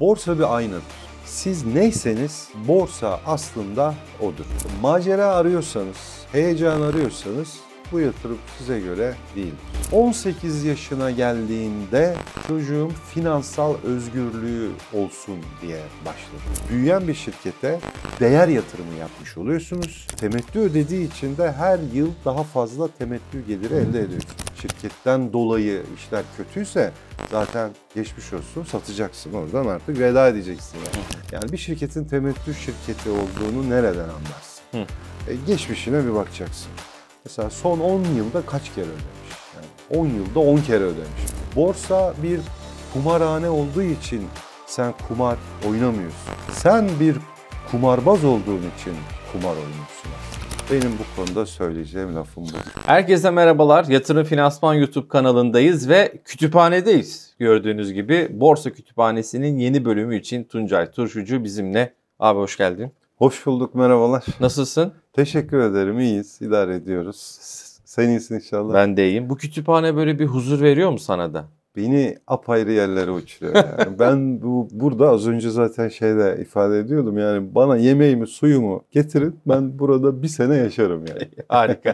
Borsa bir aynadır. Siz neyseniz borsa aslında odur. Macera arıyorsanız, heyecan arıyorsanız bu yatırım size göre değil. 18 yaşına geldiğinde çocuğum finansal özgürlüğü olsun diye başladı. Büyüyen bir şirkete değer yatırımı yapmış oluyorsunuz. Temettü ödediği için de her yıl daha fazla temettü geliri elde ediyorsunuz. Şirketten dolayı işler kötüyse zaten geçmiş olsun, satacaksın, oradan artık veda edeceksin. Yani bir şirketin temettü şirketi olduğunu nereden anlarsın? Geçmişine bir bakacaksın. Mesela son 10 yılda kaç kere ödemiş? Yani 10 yılda 10 kere ödemiş. Borsa bir kumarhane olduğu için sen kumar oynamıyorsun. Sen bir kumarbaz olduğun için kumar oynuyorsun. Benim bu konuda söyleyeceğim lafım bu. Herkese merhabalar. Yatırım Finansman YouTube kanalındayız ve kütüphanedeyiz. Gördüğünüz gibi Borsa Kütüphanesi'nin yeni bölümü için Tuncay Turşucu bizimle. Abi hoş geldin. Hoş bulduk, merhabalar. Nasılsın? Teşekkür ederim, iyiyiz, idare ediyoruz. Sen iyisin inşallah. Ben de iyiyim. Bu kütüphane böyle bir huzur veriyor mu sana da? Beni apayrı yerlere uçuruyor yani. Ben burada az önce zaten ifade ediyordum yani bana yemeğimi suyumu getirin, ben burada bir sene yaşarım yani. Harika.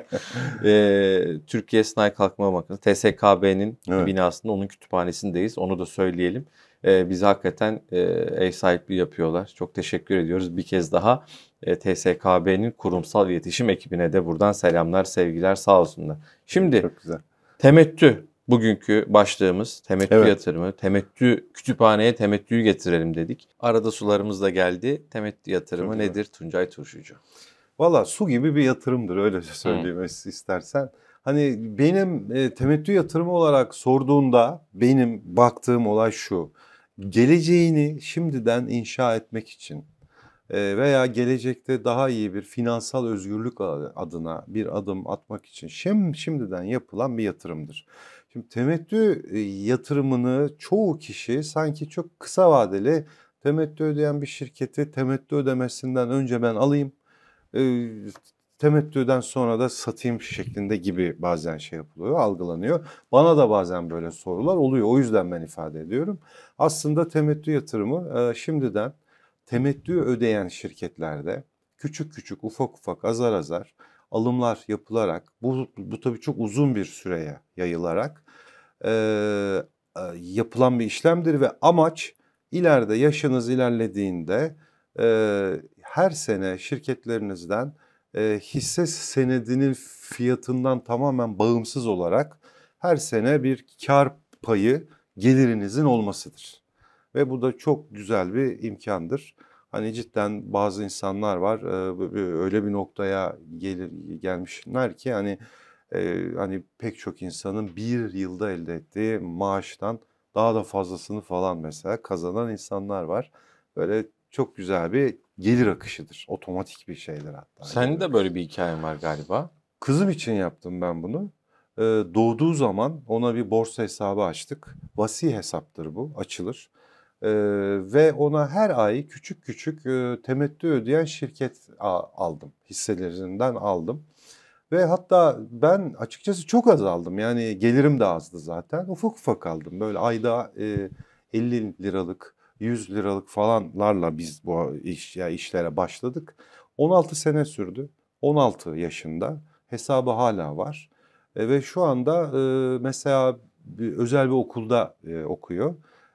Türkiye Sanayi Kalkınma Bankası TSKB'nin Evet. binasında onun kütüphanesindeyiz. Onu da söyleyelim. Bize hakikaten ev sahipliği yapıyorlar. Çok teşekkür ediyoruz. Bir kez daha TSKB'nin kurumsal iletişim ekibine de buradan selamlar, sevgiler, sağ olsunlar. Şimdi Çok güzel. Temettü. Bugünkü başlığımız temettü Evet. yatırımı. Kütüphaneye temettüyü getirelim dedik. Arada sularımız da geldi. Temettü yatırımı Çok nedir Tuncay Turşucu? Valla su gibi bir yatırımdır, öyle söyleyeyim istersen. Hani benim temettü yatırımı olarak sorduğunda benim baktığım olay şu. Geleceğini şimdiden inşa etmek için veya gelecekte daha iyi bir finansal özgürlük adına bir adım atmak için şimdiden yapılan bir yatırımdır. Şimdi temettü yatırımını çoğu kişi sanki çok kısa vadeli, temettü ödeyen bir şirketi temettü ödemesinden önce ben alayım, temettüden sonra da satayım şeklinde gibi bazen yapılıyor, algılanıyor. Bana da bazen böyle sorular oluyor. O yüzden ben ifade ediyorum. Aslında temettü yatırımı şimdiden temettü ödeyen şirketlerde küçük küçük, ufak ufak, azar azar alımlar yapılarak, bu tabii çok uzun bir süreye yayılarak yapılan bir işlemdir ve amaç ileride yaşınız ilerlediğinde her sene şirketlerinizden hisse senedinin fiyatından tamamen bağımsız olarak her sene bir kar payı gelirinizin olmasıdır. Ve bu da çok güzel bir imkandır. Hani cidden bazı insanlar var öyle bir noktaya gelmişler ki hani pek çok insanın bir yılda elde ettiği maaştan daha da fazlasını falan mesela kazanan insanlar var. Böyle çok güzel bir gelir akışıdır. Otomatik bir şeydir hatta. Senin de böyle bir hikayen var galiba. Kızım için yaptım ben bunu. Doğduğu zaman ona bir borsa hesabı açtık. Vasi hesaptır bu, açılır. Ve ona her ay küçük küçük temettü ödeyen şirket aldım. Hisselerinden aldım. Ve hatta ben açıkçası çok az aldım. Yani gelirim de azdı zaten. Ufak ufak aldım. Böyle ayda 50 liralık, 100 liralık falanlarla biz bu işlere başladık. 16 sene sürdü. 16 yaşında. Hesabı hala var. Ve şu anda mesela özel bir okulda okuyor.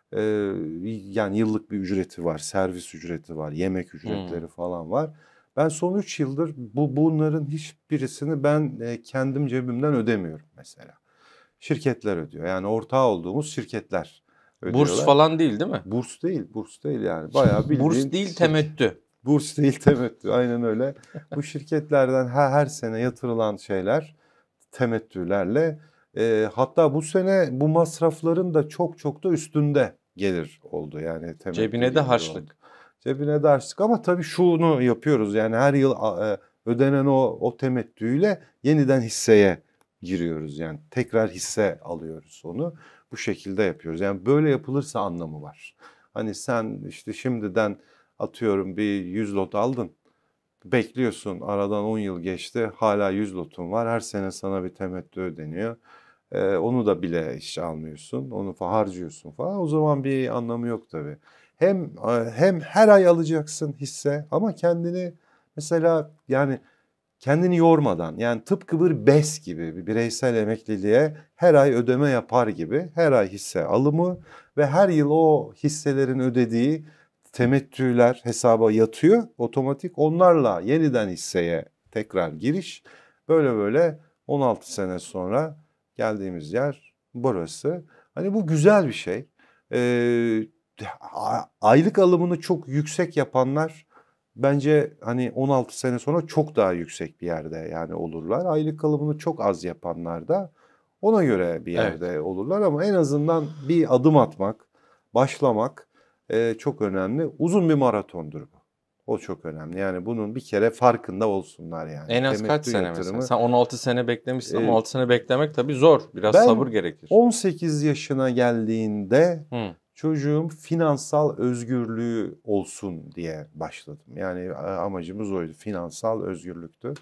Yani yıllık bir ücreti var, servis ücreti var, yemek ücretleri falan var. Ben son 3 yıldır bunların hiçbirisini ben kendim cebimden ödemiyorum mesela. Şirketler ödüyor. Yani ortağı olduğumuz şirketler ödüyorlar. Burs falan değil mi? Burs değil yani. Bayağı bildiğin Burs değil temettü. Burs değil temettü, aynen öyle. Bu şirketlerden her sene yatırılan şeyler temettülerle, hatta bu sene bu masrafların da çok da üstünde gelir oldu yani temettü. Cebine de harçlık. Oldu. Cebine de harçlık ama tabii şunu yapıyoruz yani her yıl ödenen o temettüyle yeniden hisseye giriyoruz yani tekrar hisse alıyoruz onu, bu şekilde yapıyoruz. Yani böyle yapılırsa anlamı var. Hani sen işte şimdiden atıyorum bir 100 lot aldın. Bekliyorsun, aradan 10 yıl geçti, hala 100 lotun var. Her sene sana bir temettü ödeniyor. Onu da bile hiç almıyorsun. Onu harcıyorsun falan. O zaman bir anlamı yok tabii. hem her ay alacaksın hisse ama kendini mesela yani kendini yormadan, yani tıpkı bir BES gibi, bir bireysel emekliliğe her ay ödeme yapar gibi her ay hisse alımı ve her yıl o hisselerin ödediği temettüler hesaba yatıyor otomatik. Onlarla yeniden hisseye tekrar giriş. Böyle böyle 16 sene sonra geldiğimiz yer burası. Hani bu güzel bir şey. Aylık alımını çok yüksek yapanlar bence hani 16 sene sonra çok daha yüksek bir yerde yani olurlar. Aylık alımını çok az yapanlar da ona göre bir yerde olurlar ama en azından bir adım atmak, başlamak çok önemli. Uzun bir maratondur bu. O çok önemli. Yani bunun bir kere farkında olsunlar yani. En az kaç Temettü sene yatırımı. mesela? Sen 16 sene beklemişsin ama e, 16 sene beklemek tabii zor. Biraz Ben sabır gerekir. 18 yaşına geldiğinde Hı. çocuğum finansal özgürlüğü olsun diye başladım. Yani amacımız oydu. Finansal özgürlüktü.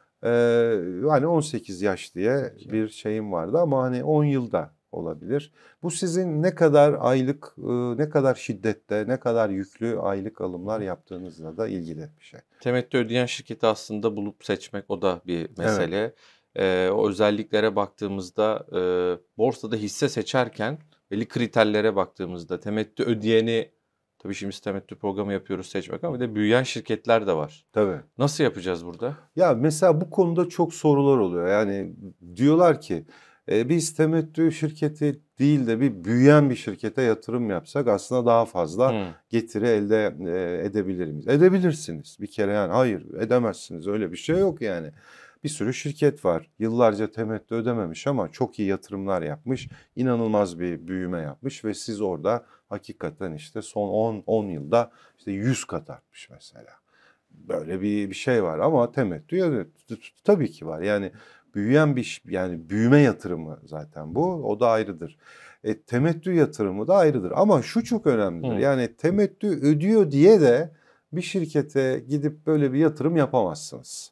Hani 18 yaş diye bir şeyim vardı ama hani 10 yılda olabilir. Bu sizin ne kadar aylık, ne kadar şiddette, ne kadar yüklü aylık alımlar yaptığınızla da ilgili bir şey. Temettü ödeyen şirketi aslında bulup seçmek o da bir Evet. mesele. O özelliklere baktığımızda borsada hisse seçerken belli kriterlere baktığımızda temettü ödeyeni, tabii şimdi biz temettü programı yapıyoruz seçmek ama bir de büyüyen şirketler de var. Tabii. Nasıl yapacağız burada? Ya mesela bu konuda çok sorular oluyor. Yani diyorlar ki biz temettü şirketi değil de bir büyüyen bir şirkete yatırım yapsak aslında daha fazla getiri elde edebilir miyiz? Edebilirsiniz bir kere, yani hayır edemezsiniz, öyle bir şey yok yani. Bir sürü şirket var. Yıllarca temettü ödememiş ama çok iyi yatırımlar yapmış. İnanılmaz bir büyüme yapmış ve siz orada hakikaten işte son 10 yılda işte 100 kat artmış mesela. Böyle bir şey var ama temettü tabii ki var. Yani büyüyen yani büyüme yatırımı zaten bu. O da ayrıdır. Temettü yatırımı da ayrıdır. Ama şu çok önemlidir. Yani temettü ödüyor diye de bir şirkete gidip böyle bir yatırım yapamazsınız.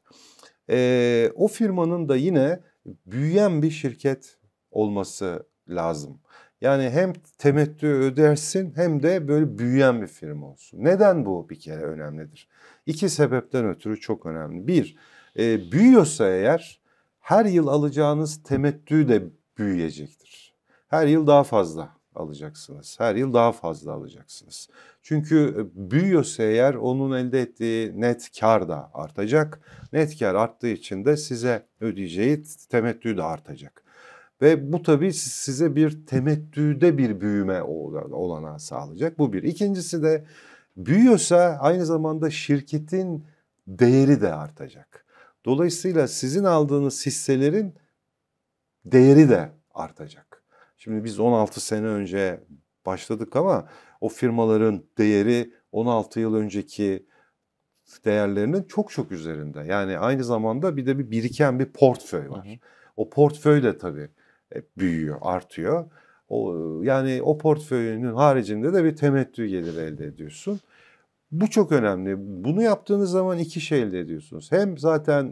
O firmanın da yine büyüyen bir şirket olması lazım. Yani hem temettü ödersin hem de böyle büyüyen bir firma olsun. Neden bu bir kere önemlidir? İki sebepten ötürü çok önemli. Bir, büyüyorsa eğer her yıl alacağınız temettü de büyüyecektir. Her yıl daha fazla alacaksınız. Her yıl daha fazla alacaksınız. Çünkü büyüyorsa eğer onun elde ettiği net kar da artacak. Net kar arttığı için de size ödeyeceği temettü de artacak. Ve bu tabii size bir temettüde bir büyüme olanağı sağlayacak. Bu bir. İkincisi de büyüyorsa aynı zamanda şirketin değeri de artacak. Dolayısıyla sizin aldığınız hisselerin değeri de artacak. Şimdi biz 16 sene önce başladık ama o firmaların değeri 16 yıl önceki değerlerinin çok çok üzerinde. Yani aynı zamanda bir de bir biriken bir portföy var. Hı hı. O portföy de tabii büyüyor, artıyor. Yani o portföyünün haricinde de bir temettü geliri elde ediyorsun. Bu çok önemli. Bunu yaptığınız zaman iki şey elde ediyorsunuz. Hem zaten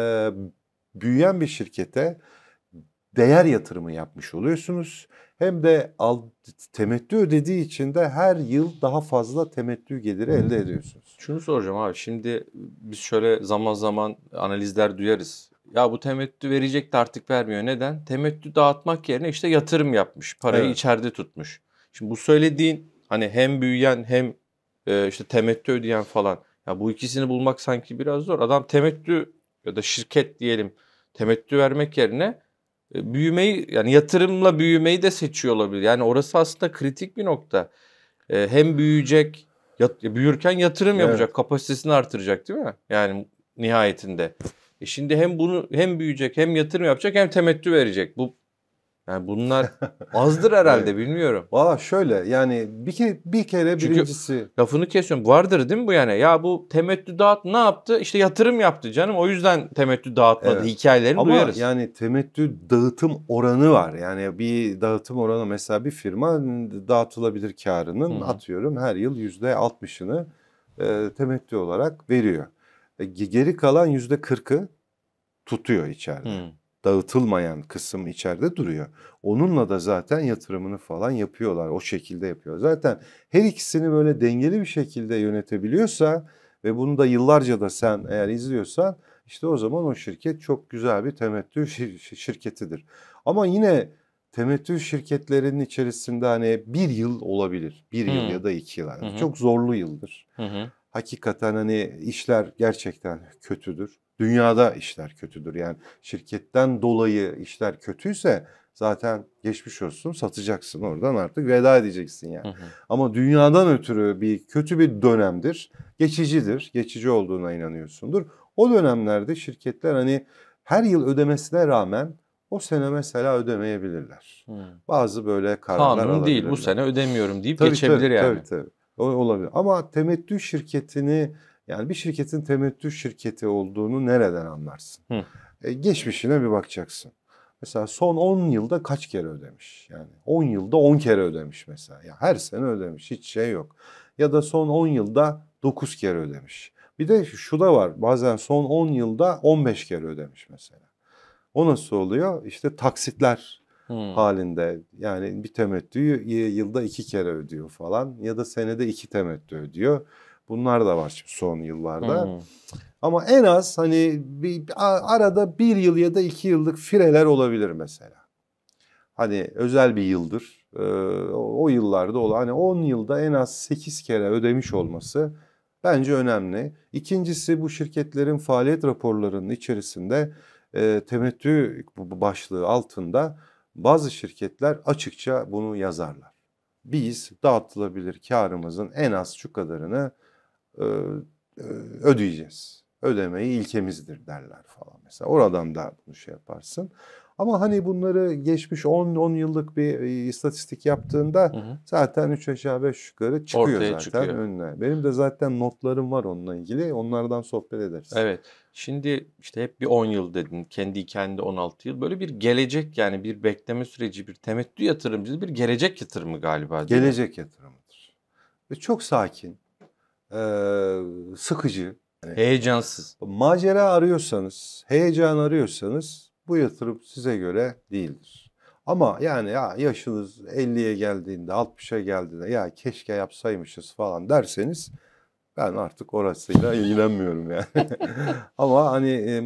büyüyen bir şirkete değer yatırımı yapmış oluyorsunuz. Hem de temettü ödediği için de her yıl daha fazla temettü geliri elde ediyorsunuz. Şunu soracağım abi. Şimdi biz şöyle zaman zaman analizler duyarız. Ya bu temettü verecek de artık vermiyor. Neden? Temettü dağıtmak yerine işte yatırım yapmış. Parayı içeride tutmuş. Şimdi bu söylediğin hani hem büyüyen hem işte temettü ödeyen falan. Ya bu ikisini bulmak sanki biraz zor. Adam temettü ya da şirket diyelim temettü vermek yerine büyümeyi, yani yatırımla büyümeyi de seçiyor olabilir. Yani orası aslında kritik bir nokta. Hem büyüyecek, büyürken yatırım yapacak, kapasitesini artıracak değil mi? Yani nihayetinde. Şimdi hem bunu hem büyüyecek, hem yatırım yapacak, hem temettü verecek. Yani bunlar azdır herhalde, bilmiyorum. Valla şöyle, yani bir kere Çünkü birincisi... lafını kesiyorum. Vardır değil mi bu yani? Ya bu temettü ne yaptı? İşte yatırım yaptı canım. O yüzden temettü dağıtmadı. Hikayelerini duyarız. Ama yani temettü dağıtım oranı var. Yani bir dağıtım oranı, mesela bir firma dağıtılabilir karının atıyorum her yıl %60'ını temettü olarak veriyor. Geri kalan %40'ı tutuyor içeride. dağıtılmayan kısım içeride duruyor. Onunla da zaten yatırımını falan yapıyorlar. O şekilde yapıyor. Zaten her ikisini böyle dengeli bir şekilde yönetebiliyorsa ve bunu da yıllarca da sen eğer izliyorsan işte o zaman o şirket çok güzel bir temettü şirketidir. Ama yine temettü şirketlerinin içerisinde hani bir yıl olabilir. Bir yıl ya da 2 yıl. Yani çok zorlu yıldır. Hakikaten hani işler gerçekten kötüdür. Dünyada işler kötüdür. Yani şirketten dolayı işler kötüyse zaten geçmiş olsun, satacaksın oradan, artık veda edeceksin yani. Ama dünyadan ötürü kötü bir dönemdir. Geçicidir. Geçici olduğuna inanıyorsundur. O dönemlerde şirketler hani her yıl ödemesine rağmen o sene mesela ödemeyebilirler. Bazı böyle kararlar Kanun değil, bu alabilirler. sene ödemiyorum deyip Tabii, geçebilir yani. tabii. O olabilir. Ama temettü şirketini, yani bir şirketin temettü şirketi olduğunu nereden anlarsın? Geçmişine bir bakacaksın. Mesela son 10 yılda kaç kere ödemiş? Yani 10 yılda 10 kere ödemiş mesela. Ya her sene ödemiş, hiç şey yok. Ya da son 10 yılda 9 kere ödemiş. Bir de şu da var. Bazen son 10 yılda 15 kere ödemiş mesela. O nasıl oluyor? İşte taksitler halinde. Yani bir temettüyü yılda 2 kere ödüyor falan. Ya da senede 2 temettü ödüyor. Bunlar da var şimdi son yıllarda. Ama en az hani arada 1 yıl ya da 2 yıllık fireler olabilir mesela. Hani özel bir yıldır. O yıllarda olan hani 10 yılda en az 8 kere ödemiş olması bence önemli. İkincisi, bu şirketlerin faaliyet raporlarının içerisinde temettü başlığı altında bazı şirketler açıkça bunu yazarlar. Biz dağıtılabilir karımızın en az şu kadarını e, ödeyeceğiz. Ödemeyi ilkemizdir derler falan mesela. Oradan da bunu şey yaparsın. Ama hani bunları geçmiş 10 yıllık bir istatistik yaptığında zaten 3 aşağı 5 yukarı çıkıyor Ortaya zaten çıkıyor. önüne. Benim de zaten notlarım var onunla ilgili. Onlardan sohbet ederiz. Evet. Şimdi işte hep bir 10 yıl dedin. Kendi hikayende 16 yıl. Böyle bir gelecek, yani bir bekleme süreci, bir temettü yatırımcılığı, bir gelecek yatırımı galiba, değil mi? Gelecek yatırımıdır. Ve çok sakin, sıkıcı. Heyecansız. Macera arıyorsanız, heyecan arıyorsanız bu yatırım size göre değildir. Ama yani ya yaşınız 50'ye geldiğinde, 60'a geldiğinde ya keşke yapsaymışız falan derseniz ben artık orasıyla ilgilenmiyorum yani. Ama hani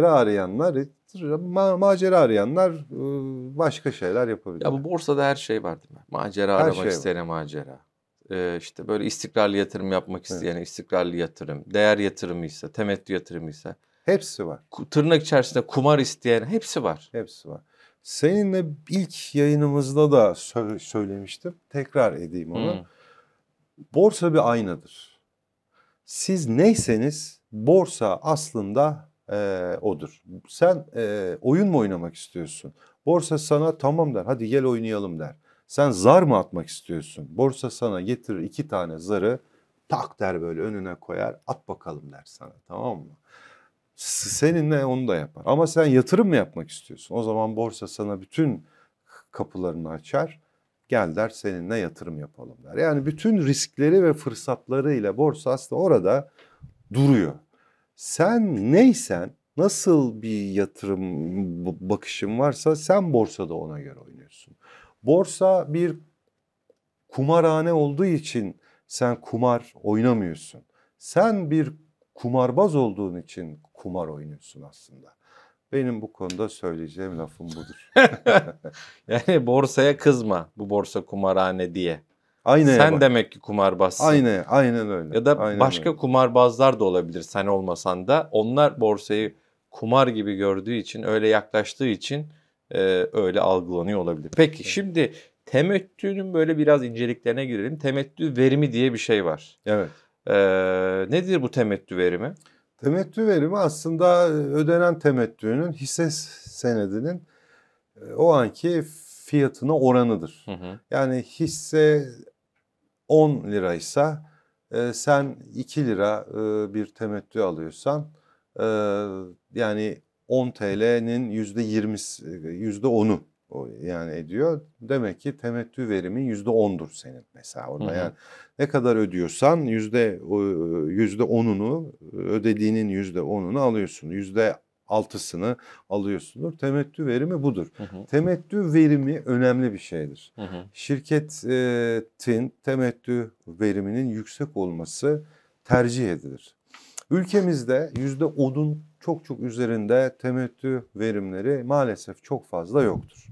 macera arayanlar başka şeyler yapabilir. Ya bu borsada her şey var değil mi? Macera Her aramak şey var. isteyene macera. İşte böyle istikrarlı yatırım yapmak isteyene istikrarlı yatırım. Değer yatırımıysa, temettü yatırımıysa. Hepsi var. Tırnak içerisinde kumar isteyen hepsi var. Hepsi var. Seninle ilk yayınımızda da söylemiştim. Tekrar edeyim onu. Borsa bir aynadır. Siz neyseniz borsa aslında odur. Sen oyun mu oynamak istiyorsun? Borsa sana tamam der, hadi gel oynayalım der. Sen zar mı atmak istiyorsun? Borsa sana getirir 2 tane zarı, tak der böyle önüne koyar, at bakalım der sana, tamam mı? Seninle onu da yapar. Ama sen yatırım mı yapmak istiyorsun? O zaman borsa sana bütün kapılarını açar. Gel der, seninle yatırım yapalım der. Yani bütün riskleri ve fırsatlarıyla borsa aslında orada duruyor. Sen neysen, nasıl bir yatırım bakışın varsa sen borsada ona göre oynuyorsun. Borsa bir kumarhane olduğu için sen kumar oynamıyorsun. Sen bir kumarbaz olduğun için kumar oynuyorsun aslında. Benim bu konuda söyleyeceğim lafım budur. Yani borsaya kızma, bu borsa kumarhane diye. Aynaya Sen bak. demek ki kumarbazsın. Aynen öyle. Ya da Aynen başka öyle. kumarbazlar da olabilir sen olmasan da. Onlar borsayı kumar gibi gördüğü için, öyle yaklaştığı için öyle algılanıyor olabilir. Peki şimdi temettünün böyle biraz inceliklerine girelim. Temettü verimi diye bir şey var. Evet. Nedir bu temettü verimi? Temettü verimi aslında ödenen temettünün hisse senedinin o anki fiyatına oranıdır. Yani hisse 10 liraysa sen 2 lira bir temettü alıyorsan yani 10 TL'nin %20'si, %10'u yani ediyor. Demek ki temettü verimi %10'dur senin mesela orada. Yani ne kadar ödüyorsan %10'unu, ödediğinin %10'unu alıyorsun. 6'sını alıyorsundur. Temettü verimi budur. Hı hı. Temettü verimi önemli bir şeydir. Hı hı. Şirketin temettü veriminin yüksek olması tercih edilir. Ülkemizde %10'un çok çok üzerinde temettü verimleri maalesef çok fazla yoktur.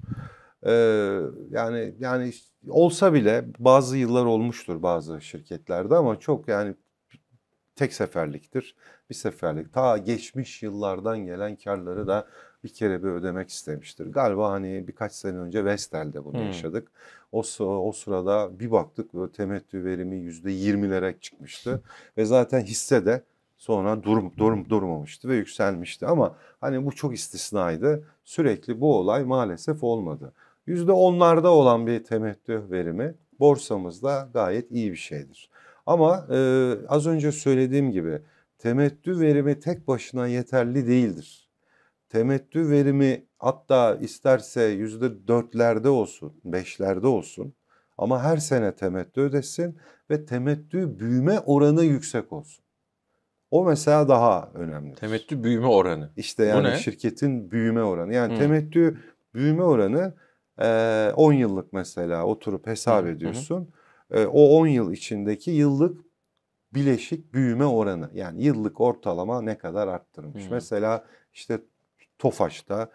Yani olsa bile bazı yıllar olmuştur bazı şirketlerde ama çok yani tek seferliktir. Bir seferlik. Ta geçmiş yıllardan gelen karları da bir kere bir ödemek istemiştir. Galiba hani birkaç sene önce Vestel'de bunu yaşadık. O sırada bir baktık böyle temettü verimi %20'lere çıkmıştı. Ve zaten hisse de sonra durmamıştı ve yükselmişti. Ama hani bu çok istisnaydı. Sürekli bu olay maalesef olmadı. %10'larda olan bir temettü verimi borsamızda gayet iyi bir şeydir. Ama az önce söylediğim gibi temettü verimi tek başına yeterli değildir. Temettü verimi hatta isterse %4'lerde olsun, 5'lerde olsun ama her sene temettü ödesin ve temettü büyüme oranı yüksek olsun. O mesela daha önemli. Temettü büyüme oranı. İşte Bu yani ne? şirketin büyüme oranı. Yani temettü büyüme oranı 10 yıllık mesela oturup hesap ediyorsun. O 10 yıl içindeki yıllık bileşik büyüme oranı. Yani yıllık ortalama ne kadar arttırmış. Mesela işte TOFAŞ'ta,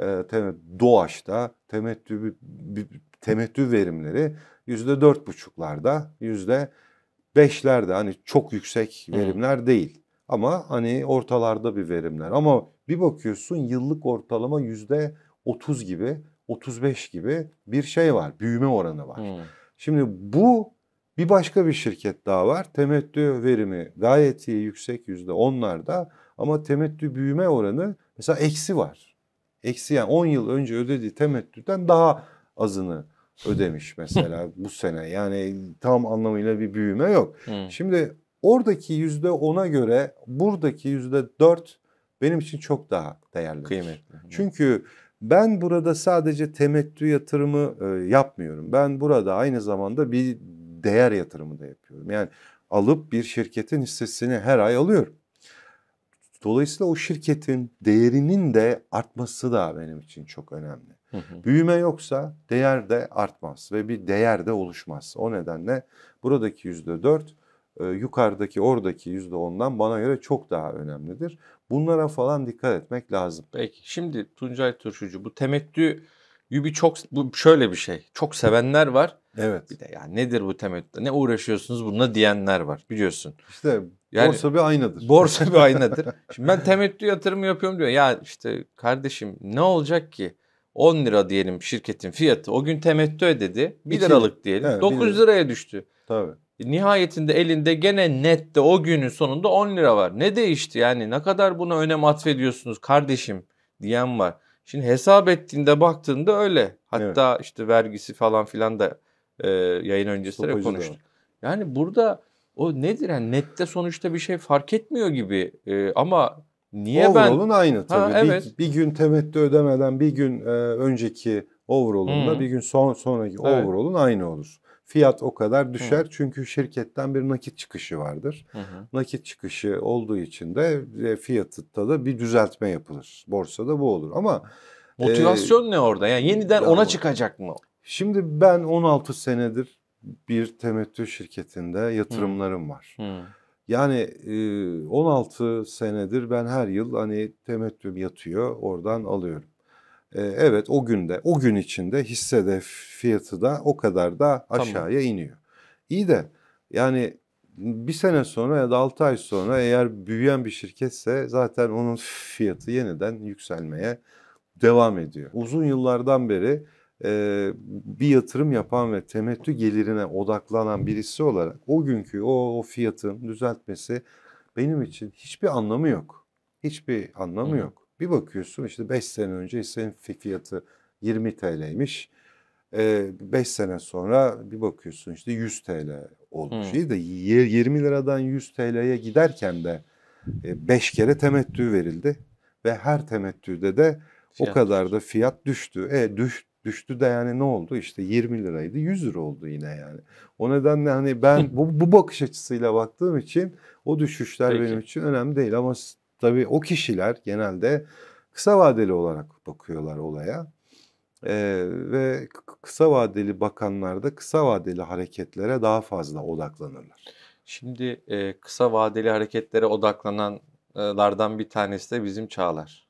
DOAŞ'ta temettü verimleri %4,5'larda, %5'lerde. Hani çok yüksek verimler değil. Ama hani ortalarda bir verimler. Ama bir bakıyorsun yıllık ortalama %30 gibi, 35 gibi bir şey var. Büyüme oranı var. Şimdi bu bir başka bir şirket daha var. Temettü verimi gayet iyi, yüksek %10'larda ama temettü büyüme oranı mesela eksi var. Eksi yani 10 yıl önce ödediği temettüden daha azını ödemiş mesela bu sene. Yani tam anlamıyla bir büyüme yok. Şimdi oradaki %10'a göre buradaki %4 benim için çok daha değerli. Kıymetli. Çünkü ben burada sadece temettü yatırımı yapmıyorum. Ben burada aynı zamanda bir değer yatırımı da yapıyorum. Yani alıp bir şirketin hissesini her ay alıyorum. Dolayısıyla o şirketin değerinin de artması da benim için çok önemli. Büyüme yoksa değer de artmaz ve bir değer de oluşmaz. O nedenle buradaki %4 yukarıdaki oradaki %10'dan bana göre çok daha önemlidir. Bunlara falan dikkat etmek lazım. Peki şimdi Tuncay Turşucu bu temettü bu şöyle bir şey. Çok sevenler var. Evet. Bir de ya nedir bu temettü? Ne uğraşıyorsunuz bununla diyenler var biliyorsun. İşte Yani, borsa bir aynadır. Borsa bir aynadır. Şimdi ben temettü yatırımı yapıyorum diyor. Ya işte kardeşim ne olacak ki? 10 lira diyelim şirketin fiyatı. O gün temettü ödedi. 1 liralık diyelim. Evet, 9 liraya düştü. Tabii. Nihayetinde elinde gene nette o günün sonunda 10 lira var. Ne değişti yani? Ne kadar buna önem atfediyorsunuz kardeşim diyen var. Şimdi hesap ettiğinde baktığında öyle. Hatta işte vergisi falan filan da yayın öncesinde konuştuk. Yani burada o nedir? Yani nette sonuçta bir şey fark etmiyor gibi ama niye Overall'un aynı tabii. Evet. Bir gün temettü ödemeden bir gün önceki overall'unla bir gün sonraki overall'un aynı olur. Fiyat o kadar düşer çünkü şirketten bir nakit çıkışı vardır. Nakit çıkışı olduğu için de fiyatta da bir düzeltme yapılır. Borsada bu olur ama motivasyon ne orada? Yani yeniden ona çıkacak mı? Şimdi ben 16 senedir bir temettü şirketinde yatırımlarım var. Yani 16 senedir ben her yıl hani temettüm yatıyor oradan alıyorum. Evet o gün içinde hissede fiyatı da o kadar da aşağıya iniyor. İyi de yani bir sene sonra ya da 6 ay sonra eğer büyüyen bir şirketse zaten onun fiyatı yeniden yükselmeye devam ediyor. Uzun yıllardan beri bir yatırım yapan ve temettü gelirine odaklanan birisi olarak o günkü o fiyatın düzeltmesi benim için hiçbir anlamı yok. Hiçbir anlamı yok. Bir bakıyorsun işte 5 sene önce hissenin fiyatı 20 TL'ymiş. 5 sene sonra bir bakıyorsun işte 100 TL olmuş. İyi de 20 liradan 100 TL'ye giderken de 5 kere temettü verildi. Ve her temettüde de o kadar da fiyat düştü. Düştü de yani ne oldu? İşte 20 liraydı 100 lira oldu yine yani. O nedenle hani ben bu bakış açısıyla baktığım için o düşüşler benim için önemli değil. Ama tabii o kişiler genelde Kısa vadeli olarak bakıyorlar olaya. Ve kısa vadeli bakanlar da kısa vadeli hareketlere daha fazla odaklanırlar. Şimdi kısa vadeli hareketlere odaklananlardan bir tanesi de bizim Çağlar.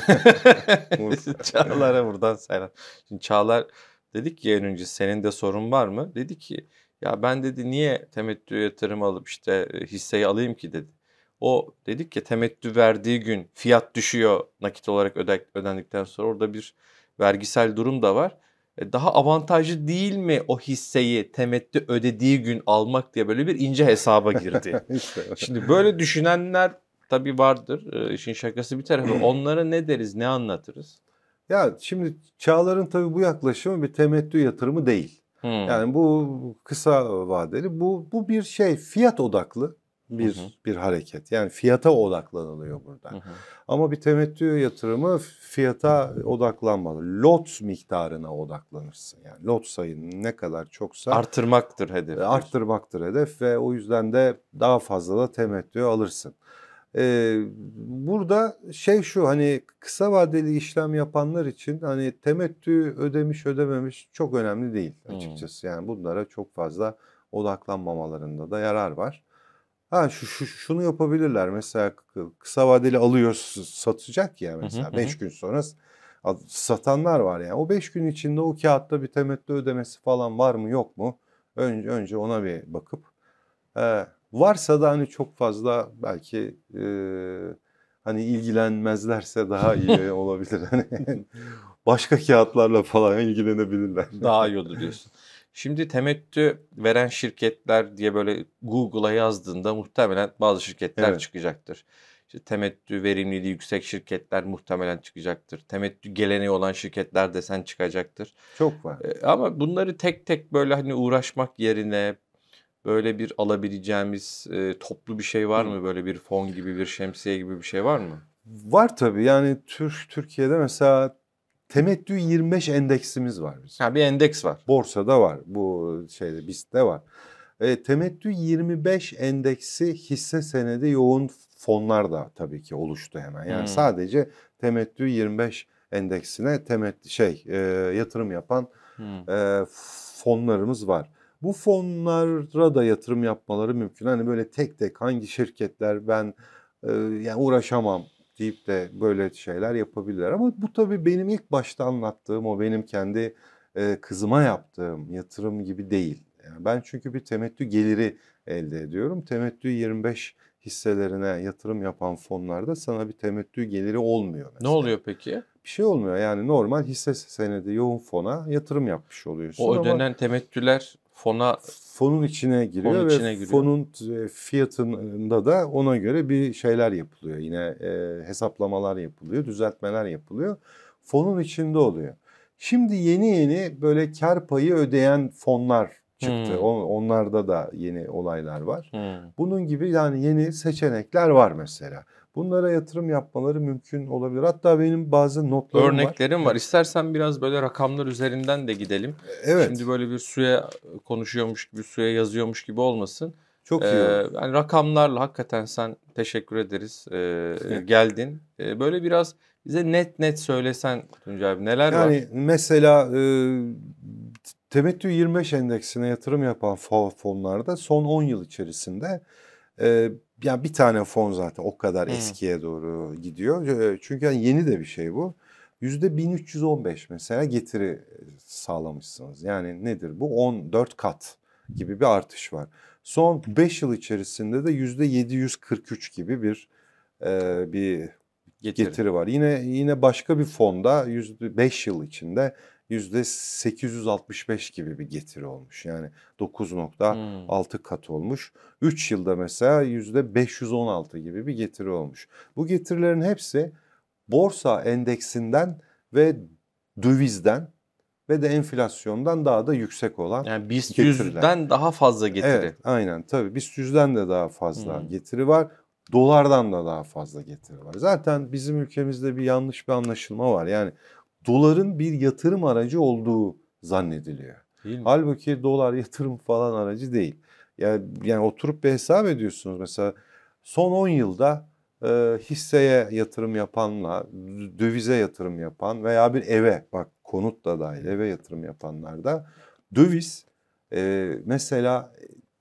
Bizim Çağlar'a buradan selam. Şimdi Çağlar dedik ki en önce senin de sorun var mı? Dedi ki ya ben dedi niye temettü yatırım alıp işte hisseyi alayım ki dedi. O dedik ki temettü verdiği gün fiyat düşüyor nakit olarak ödendikten sonra orada bir vergisel durum da var. Daha avantajlı değil mi o hisseyi temettü ödediği gün almak diye böyle bir ince hesaba girdi. Şimdi böyle düşünenler tabii vardır. İşin şakası bir tarafı. Onlara ne deriz, ne anlatırız? Ya şimdi Çağlar'ın tabii bu yaklaşımı bir temettü yatırımı değil. Yani bu kısa vadeli, bu bir şey, fiyat odaklı bir hareket. Yani fiyata odaklanılıyor burada. Ama bir temettü yatırımı fiyata odaklanmalı. Lot miktarına odaklanırsın. Yani lot sayın ne kadar çoksa Artırmaktır hedef. Arttırmaktır hedef ve o yüzden de daha fazla da temettü alırsın. Burada şey şu, hani kısa vadeli işlem yapanlar için hani temettü ödemiş ödememiş çok önemli değil açıkçası. Yani bunlara çok fazla odaklanmamalarında da yarar var. Şunu yapabilirler mesela, kısa vadeli alıyor satacak ya mesela 5 gün sonra satanlar var yani. O 5 gün içinde o kağıtta bir temettü ödemesi falan var mı yok mu? Önce ona bir bakıp varsa da hani çok fazla belki hani ilgilenmezlerse daha iyi olabilir. Hani başka kağıtlarla falan ilgilenebilirler. Daha iyi olur diyorsun. Şimdi temettü veren şirketler diye böyle Google'a yazdığında muhtemelen bazı şirketler çıkacaktır. İşte temettü verimliliği yüksek şirketler muhtemelen çıkacaktır. Temettü geleneği olan şirketler desen çıkacaktır. Çok var. Ama bunları tek tek böyle hani uğraşmak yerine böyle bir alabileceğimiz toplu bir şey var mı? Böyle bir fon gibi, bir şemsiye gibi bir şey var mı? Var tabii. Yani Türkiye'de mesela temettü 25 endeksimiz var bizim. Ha, bir endeks var. Borsada var. Bu şeyde BIST'te var. Temettü 25 endeksi hisse senedi yoğun fonlar da tabii ki oluştu hemen. Yani sadece temettü 25 endeksine yatırım yapan fonlarımız var. Bu fonlara da yatırım yapmaları mümkün. Hani böyle tek tek hangi şirketler ben yani uğraşamam deyip de böyle şeyler yapabilirler. Ama bu tabii benim ilk başta anlattığım, o benim kendi kızıma yaptığım yatırım gibi değil. Yani ben çünkü bir temettü geliri elde ediyorum. Temettü 25 hisselerine yatırım yapan fonlarda sana bir temettü geliri olmuyor mesela. Ne oluyor peki? Bir şey olmuyor. Yani normal hisse senedi yoğun fona yatırım yapmış oluyorsun. O ödenen temettüler fonun içine giriyor ve fonun fiyatında da ona göre bir şeyler yapılıyor. Yine hesaplamalar yapılıyor, düzeltmeler yapılıyor. Fonun içinde oluyor. Şimdi yeni böyle kar payı ödeyen fonlar çıktı. Onlarda da yeni olaylar var. Bunun gibi yani yeni seçenekler var mesela. Bunlara yatırım yapmaları mümkün olabilir. Hatta benim bazı notlarım örneklerim var. İstersen biraz böyle rakamlar üzerinden de gidelim. Evet. Şimdi böyle bir suya konuşuyormuş gibi, suya yazıyormuş gibi olmasın. Çok iyi olur. Yani rakamlarla hakikaten sen teşekkür ederiz. Geldin. Böyle biraz bize net söylesen Tuncay abi neler var? Yani mesela temettü 25 endeksine yatırım yapan fonlarda son 10 yıl içerisinde yani bir tane fon zaten o kadar eskiye doğru gidiyor. Çünkü yani yeni de bir şey bu. %1315 mesela getiri sağlamışsınız. Yani nedir bu? 14 kat gibi bir artış var. Son 5 yıl içerisinde de %743 gibi bir getiri var. Yine başka bir fonda 5 yıl içinde %865 gibi bir getiri olmuş. Yani 9,6 kat olmuş. 3 yılda mesela %516 gibi bir getiri olmuş. Bu getirilerin hepsi borsa endeksinden ve dövizden ve de enflasyondan daha da yüksek olan yani BIST 100'den daha fazla getiri. Evet, aynen tabii BIST 100'den de daha fazla getiri var. Dolardan da daha fazla getiri var. Zaten bizim ülkemizde bir yanlış bir anlaşılma var. Yani doların bir yatırım aracı olduğu zannediliyor. Değil mi? Halbuki dolar yatırım falan aracı değil. Yani oturup bir hesap ediyorsunuz. Mesela son 10 yılda hisseye yatırım yapanla, dövize yatırım yapan veya bir eve, bak konut da dahil, eve yatırım yapanlarda döviz mesela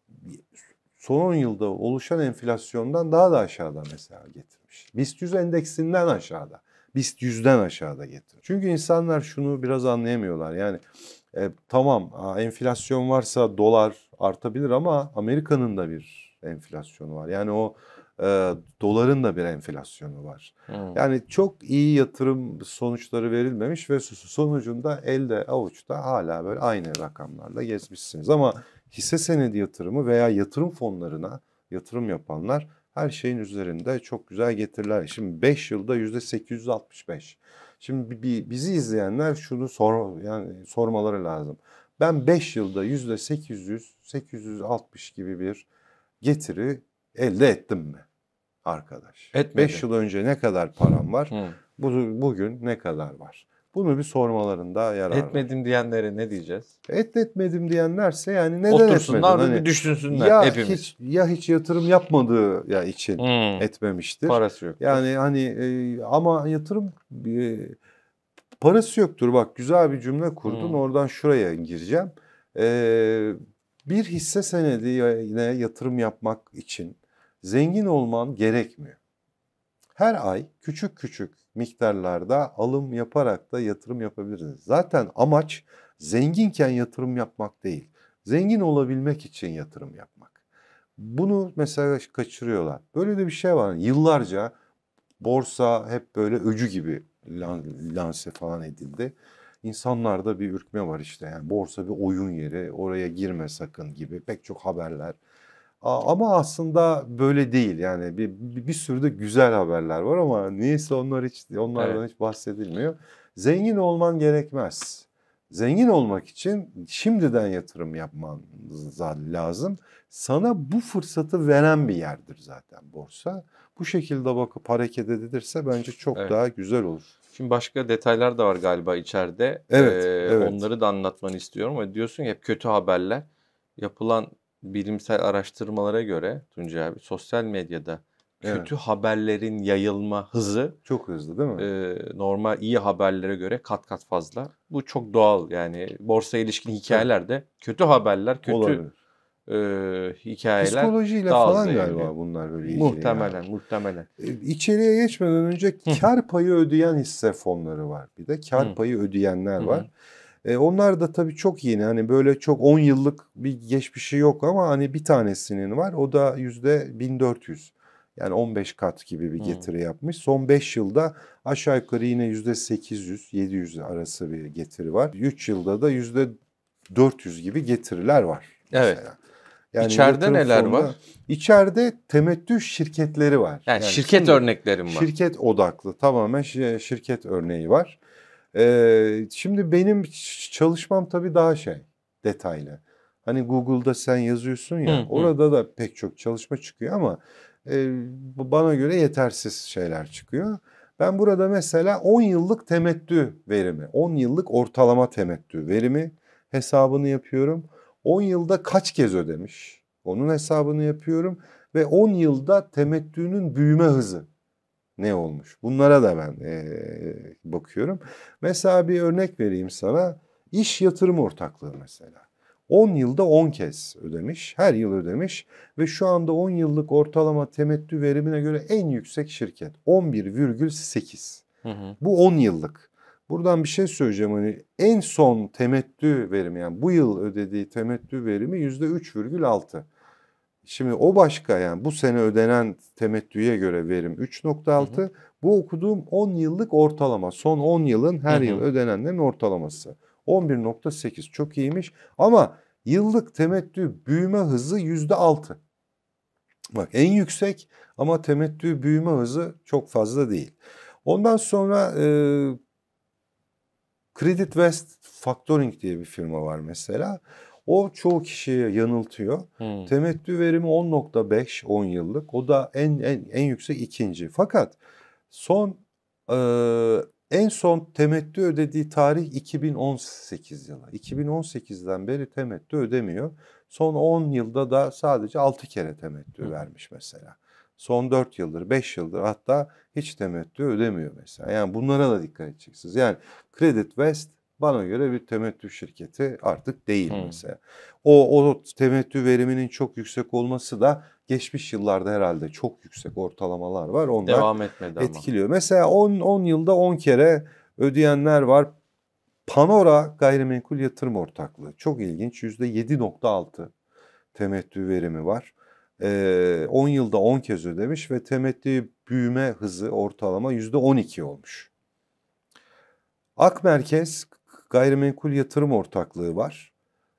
son 10 yılda oluşan enflasyondan daha da aşağıda mesela getirmiş. BIST 100 endeksinden aşağıda. BIST 100'den aşağıda getirmiş. Çünkü insanlar şunu biraz anlayamıyorlar. Yani tamam enflasyon varsa dolar artabilir ama Amerika'nın da bir enflasyonu var. Yani o doların da bir enflasyonu var. Yani çok iyi yatırım sonuçları verilmemiş ve sonucunda elde avuçta hala böyle aynı rakamlarla gezmişsiniz. Ama hisse senedi yatırımı veya yatırım fonlarına yatırım yapanlar her şeyin üzerinde çok güzel getiriler. Şimdi 5 yılda %865. Şimdi bizi izleyenler şunu sormaları lazım. Ben 5 yılda %800, 860 gibi bir getiri elde ettim mi arkadaş? Etmedi. 5 yıl önce ne kadar param var? Bugün ne kadar var? Bunu bir sormalarında yarar var. Etmedim diyenlere ne diyeceğiz? Etmedim diyenlerse yani neden Otursunlar etmedin? bir Hani düşünsünler hepimiz. hiç yatırım yapmadığı ya için etmemiştir. Parası yok. Yani hani ama yatırım parası yoktur. Bak güzel bir cümle kurdun. Oradan şuraya gireceğim. Bir hisse senedine yatırım yapmak için zengin olman gerekmiyor. Her ay küçük küçük miktarlarda alım yaparak da yatırım yapabilirsiniz. Zaten amaç zenginken yatırım yapmak değil. Zengin olabilmek için yatırım yapmak. Bunu mesela kaçırıyorlar. Böyle de bir şey var. Yıllarca borsa hep böyle öcü gibi lanse falan edildi. İnsanlarda bir ürkme var işte. Yani borsa bir oyun yeri, oraya girme sakın gibi pek çok haberler. Ama aslında böyle değil. Yani bir sürü de güzel haberler var ama niyeyse onlardan hiç bahsedilmiyor. Zengin olman gerekmez. Zengin olmak için şimdiden yatırım yapman lazım. Sana bu fırsatı veren bir yerdir zaten borsa. Bu şekilde bakıp hareket edilirse bence çok daha güzel olur. Şimdi başka detaylar da var galiba içeride. Evet. Onları da anlatmanı istiyorum. Ama diyorsun ya hep kötü haberler. Yapılan bilimsel araştırmalara göre Tuncay abi sosyal medyada kötü haberlerin yayılma hızı çok hızlı değil mi? Normal iyi haberlere göre kat kat fazla. Bu çok doğal yani borsaya ilişkin hikayelerde kötü haberler, kötü hikayeler psikolojiyle daha falan hızlı galiba yayılıyor. bunlar böyle ilgili. Muhtemelen. İçeriye geçmeden önce kar payı ödeyen hisse fonları var. Bir de kar payı ödeyenler var. Onlar da tabii çok yeni. Hani böyle çok 10 yıllık bir geçmişi yok ama hani bir tanesinin var. O da %1400. Yani 15 kat gibi bir getiri yapmış. Son 5 yılda aşağı yukarı yine %800-700 arası bir getiri var. 3 yılda da %400 gibi getiriler var. Evet. Mesela. Yani İçeride neler var? İçeride temettü şirketleri var. Yani şirket örneklerim var. Şirket odaklı tamamen şirket örneği var. Şimdi benim çalışmam tabii daha detaylı. Hani Google'da sen yazıyorsun ya orada da pek çok çalışma çıkıyor ama bana göre yetersiz şeyler çıkıyor. Ben burada mesela 10 yıllık temettü verimi, 10 yıllık ortalama temettü verimi hesabını yapıyorum. 10 yılda kaç kez ödemiş? Onun hesabını yapıyorum ve 10 yılda temettünün büyüme hızı ne olmuş? Bunlara da ben bakıyorum. Mesela bir örnek vereyim sana. İş yatırım ortaklığı mesela. 10 yılda 10 kez ödemiş, her yıl ödemiş ve şu anda 10 yıllık ortalama temettü verimine göre en yüksek şirket 11,8. Bu 10 yıllık. Buradan bir şey söyleyeceğim hani en son temettü verimi yani bu yıl ödediği temettü verimi %3,6. Şimdi o başka yani bu sene ödenen temettüye göre verim 3,6. Bu okuduğum 10 yıllık ortalama. Son 10 yılın her yıl ödenenlerin ortalaması. 11,8 çok iyiymiş ama yıllık temettü büyüme hızı %6. Bak en yüksek ama temettü büyüme hızı çok fazla değil. Ondan sonra Credit West Factoring diye bir firma var mesela. O çoğu kişiyi yanıltıyor. Temettü verimi 10,5 10 yıllık. O da en yüksek ikinci. Fakat en son temettü ödediği tarih 2018 yılı. 2018'den beri temettü ödemiyor. Son 10 yılda da sadece 6 kere temettü vermiş mesela. Son 4 yıldır, 5 yıldır hatta hiç temettü ödemiyor mesela. Yani bunlara da dikkat edeceksiniz. Yani Credit West bana göre bir temettü şirketi artık değil mesela. O temettü veriminin çok yüksek olması da geçmiş yıllarda herhalde çok yüksek ortalamalar var. Onlar devam etmedi etkiliyor. Mesela 10 yılda 10 kere ödeyenler var. Panora Gayrimenkul Yatırım Ortaklığı. Çok ilginç. %7,6 temettü verimi var. 10 yılda 10 kez ödemiş ve temettü büyüme hızı ortalama %12 olmuş. Ak Merkez Gayrimenkul Yatırım Ortaklığı var.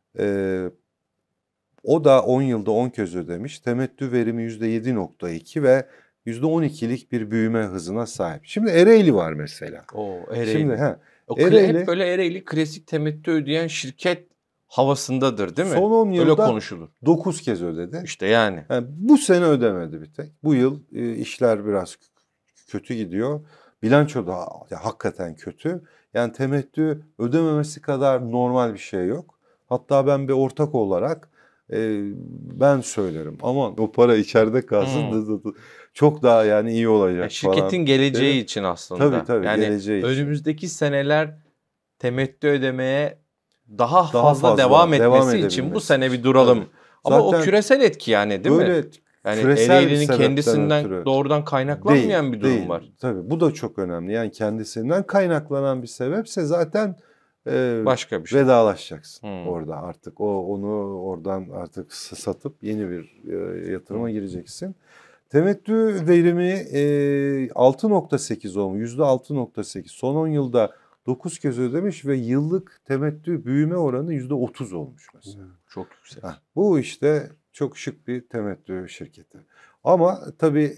O da 10 yılda 10 kez ödemiş. Temettü verimi %7,2 ve %12'lik bir büyüme hızına sahip. Şimdi Ereğli var mesela. Ereğli. Şimdi Ereğli, hep böyle Ereğli klasik temettü ödeyen şirket havasındadır değil mi? Son 10 yılda öyle konuşulur. 9 kez ödedi. İşte yani. Bu sene ödemedi bir tek. Bu yıl işler biraz kötü gidiyor. Bilanço da hakikaten kötü. Yani temettü ödememesi kadar normal bir şey yok. Hatta ben bir ortak olarak ben söylerim. Aman o para içeride kalsın. Çok daha yani iyi olacak şirketin falan. geleceği için aslında. Tabii yani geleceği önümüzdeki seneler temettü ödemeye daha fazla devam etmesi için bu sene bir duralım. Tabii. Ama zaten o küresel etki yani değil mi? Yani Ereğli'nin kendisinden doğrudan kaynaklanmayan bir durum var. Tabii bu da çok önemli. Yani kendisinden kaynaklanan bir sebepse zaten başka bir şey. Vedalaşacaksın orada artık. Onu oradan artık satıp yeni bir yatırıma gireceksin. Temettü verimi 6,8 olmuş. %6,8. Son 10 yılda 9 kez ödemiş ve yıllık temettü büyüme oranı %30 olmuş mesela. Çok yüksek. Bu işte çok şık bir temettü şirketi. Ama tabii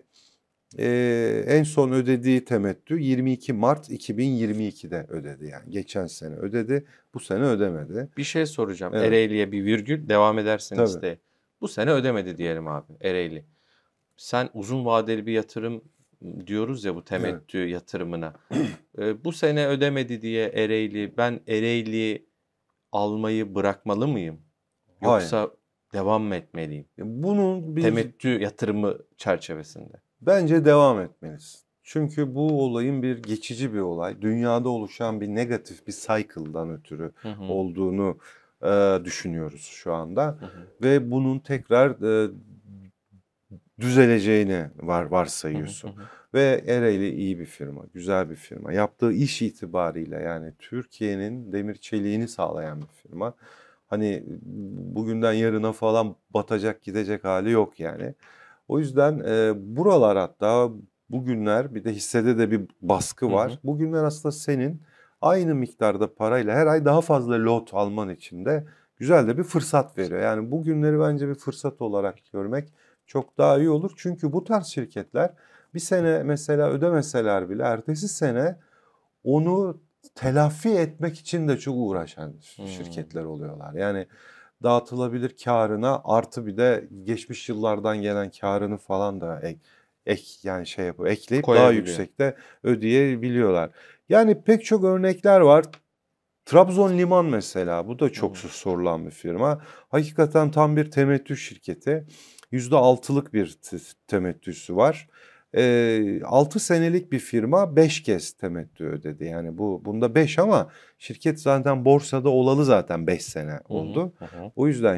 en son ödediği temettü 22 Mart 2022'de ödedi. Yani geçen sene ödedi, bu sene ödemedi. Bir şey soracağım. Evet. Ereğli'ye bir virgül devam ederseniz Tabii. de. Bu sene ödemedi diyelim abi Ereğli. Sen uzun vadeli bir yatırım diyoruz ya bu temettü yatırımına. Bu sene ödemedi diye Ereğli, ben Ereğli almayı bırakmalı mıyım? Yoksa Hayır. devam mı etmeliyim? Bunun bir temettü yatırımı çerçevesinde. Bence devam etmelisin. Çünkü bu olayın bir geçici bir olay. Dünyada oluşan bir negatif bir cycle'dan ötürü olduğunu düşünüyoruz şu anda. Ve bunun tekrar düzeleceğini varsayıyorsun. Ve Ereğli iyi bir firma, güzel bir firma. Yaptığı iş itibariyle yani Türkiye'nin demir çeliğini sağlayan bir firma. Hani bugünden yarına falan batacak gidecek hali yok yani. O yüzden buralar hatta bugünler bir de hissede de bir baskı var. Bugünler aslında senin aynı miktarda parayla her ay daha fazla lot alman için de güzel de bir fırsat veriyor. Yani bugünleri bence bir fırsat olarak görmek çok daha iyi olur. Çünkü bu tarz şirketler bir sene mesela ödemeseler bile ertesi sene onu telafi etmek için de çok uğraşan şirketler oluyorlar. Yani dağıtılabilir karına artı bir de geçmiş yıllardan gelen karını falan da yani ekleyip daha yüksekte ödeyebiliyorlar. Yani pek çok örnekler var. Trabzon Liman mesela bu da çok sorulan bir firma. Hakikaten tam bir temettü şirketi. %6'lık bir temettüsü var. 6 senelik bir firma 5 kez temettü ödedi. Yani bunda 5 ama şirket zaten borsada olalı zaten 5 sene oldu. O yüzden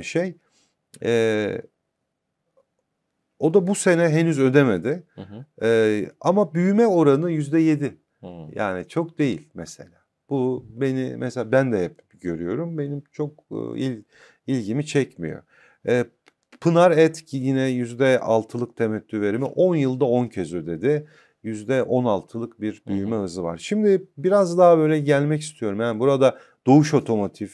o da bu sene henüz ödemedi. Ama büyüme oranı %7. Yani çok değil mesela. Bu mesela ben de hep görüyorum. Benim çok ilgimi çekmiyor. Pınar Et yine %6'lık temettü verimi 10 yılda 10 kez ödedi. %16'lık bir büyüme hızı var. Şimdi biraz daha böyle gelmek istiyorum. Yani burada Doğuş Otomotiv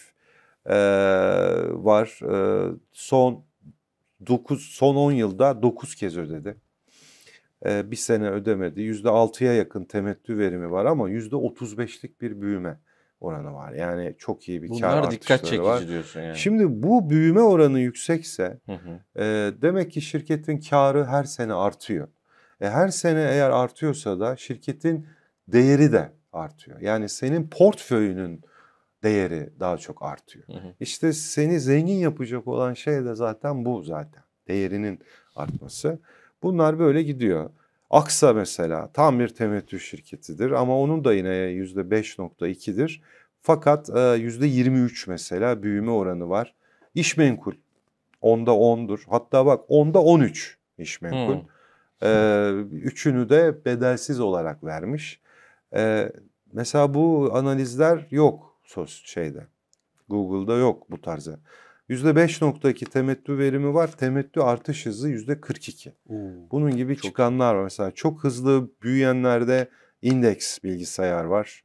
var. Son 10 yılda 9 kez ödedi. Bir sene ödemedi. %6'ya yakın temettü verimi var ama %35'lik bir büyüme oranı var. Yani çok iyi bir kar artışları var. Bunlar dikkat çekici diyorsun yani. Şimdi bu büyüme oranı yüksekse demek ki şirketin karı her sene artıyor. Her sene eğer artıyorsa da şirketin değeri de artıyor. Yani senin portföyünün değeri daha çok artıyor. Hı hı. İşte seni zengin yapacak olan şey de zaten bu zaten. Değerinin artması. Bunlar böyle gidiyor. Aksa mesela tam bir temettü şirketidir ama onun da yine %5,2'dir. Fakat %23 mesela büyüme oranı var. İşmenkul onda 10'dur. Hatta bak onda 13 işmenkul. Hı. Üçünü de bedelsiz olarak vermiş. Mesela bu analizler yok şeyde. Google'da yok bu tarzı. %5,2 temettü verimi var. Temettü artış hızı %42. Bunun gibi Çok çıkanlar var. Mesela çok hızlı büyüyenlerde Index bilgisayar var.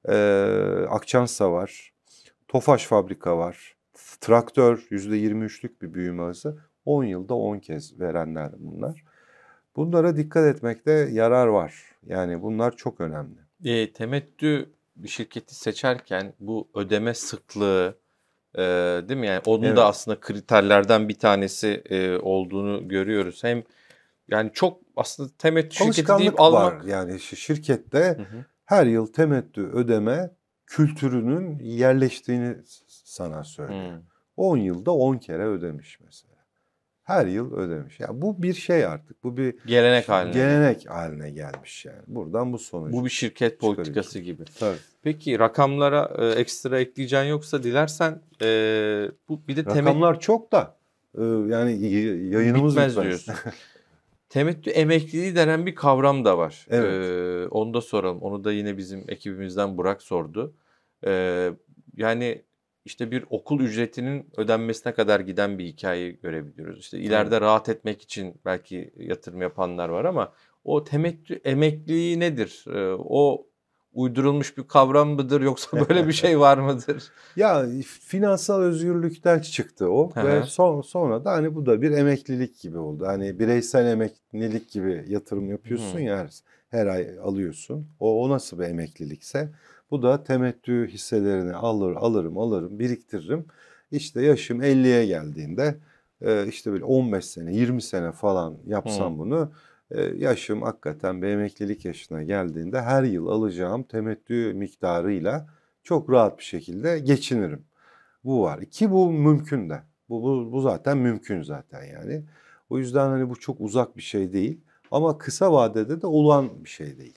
Akçansa var. Tofaş fabrika var. Traktör %23'lük bir büyüme hızı. 10 yılda 10 kez verenler bunlar. Bunlara dikkat etmekte yarar var. Yani bunlar çok önemli. Temettü bir şirketi seçerken bu ödeme sıklığı, değil mi? Yani onun da Evet. aslında kriterlerden bir tanesi olduğunu görüyoruz. Hem yani çok aslında temettü şirketi deyip Alışkanlık var. almak. Yani şirkette Hı hı. her yıl temettü ödeme kültürünün yerleştiğini sana söylüyor. Hı. 10 yılda 10 kere ödemiş mesela. Her yıl ödemiş. Yani bu bir şey artık. Bu bir Gelenek haline geldi. gelenek haline gelmiş yani. Buradan bu sonucu Bu bir şirket çıkarıyorsun. politikası gibi. Tabii. Peki rakamlara ekstra ekleyeceğin yoksa dilersen bu bir de Rakamlar çok da yani yayınımız bitmez bitmez. diyorsun. Temettü emekliliği denen bir kavram da var. Evet. Onu da soralım. Onu da yine bizim ekibimizden Burak sordu. Yani işte bir okul ücretinin ödenmesine kadar giden bir hikaye görebiliyoruz. İşte ileride Evet. rahat etmek için belki yatırım yapanlar var ama o temettü emekliliği nedir? O uydurulmuş bir kavram mıdır yoksa böyle bir şey var mıdır? Ya finansal özgürlükten çıktı o Hı ve hı. sonra da hani bu da bir emeklilik gibi oldu. Hani bireysel emeklilik gibi yatırım yapıyorsun Hı. ya her ay alıyorsun. O nasıl bir emeklilikse bu da temettü hisselerini alırım biriktiririm. İşte yaşım 50'ye geldiğinde işte böyle 15 sene 20 sene falan Hı. yapsam bunu yaşım hakikaten bir emeklilik yaşına geldiğinde her yıl alacağım temettü miktarıyla çok rahat bir şekilde geçinirim. Bu var. Ki bu mümkün de. Bu zaten mümkün zaten yani. O yüzden hani bu çok uzak bir şey değil. Ama kısa vadede de olan bir şey değil.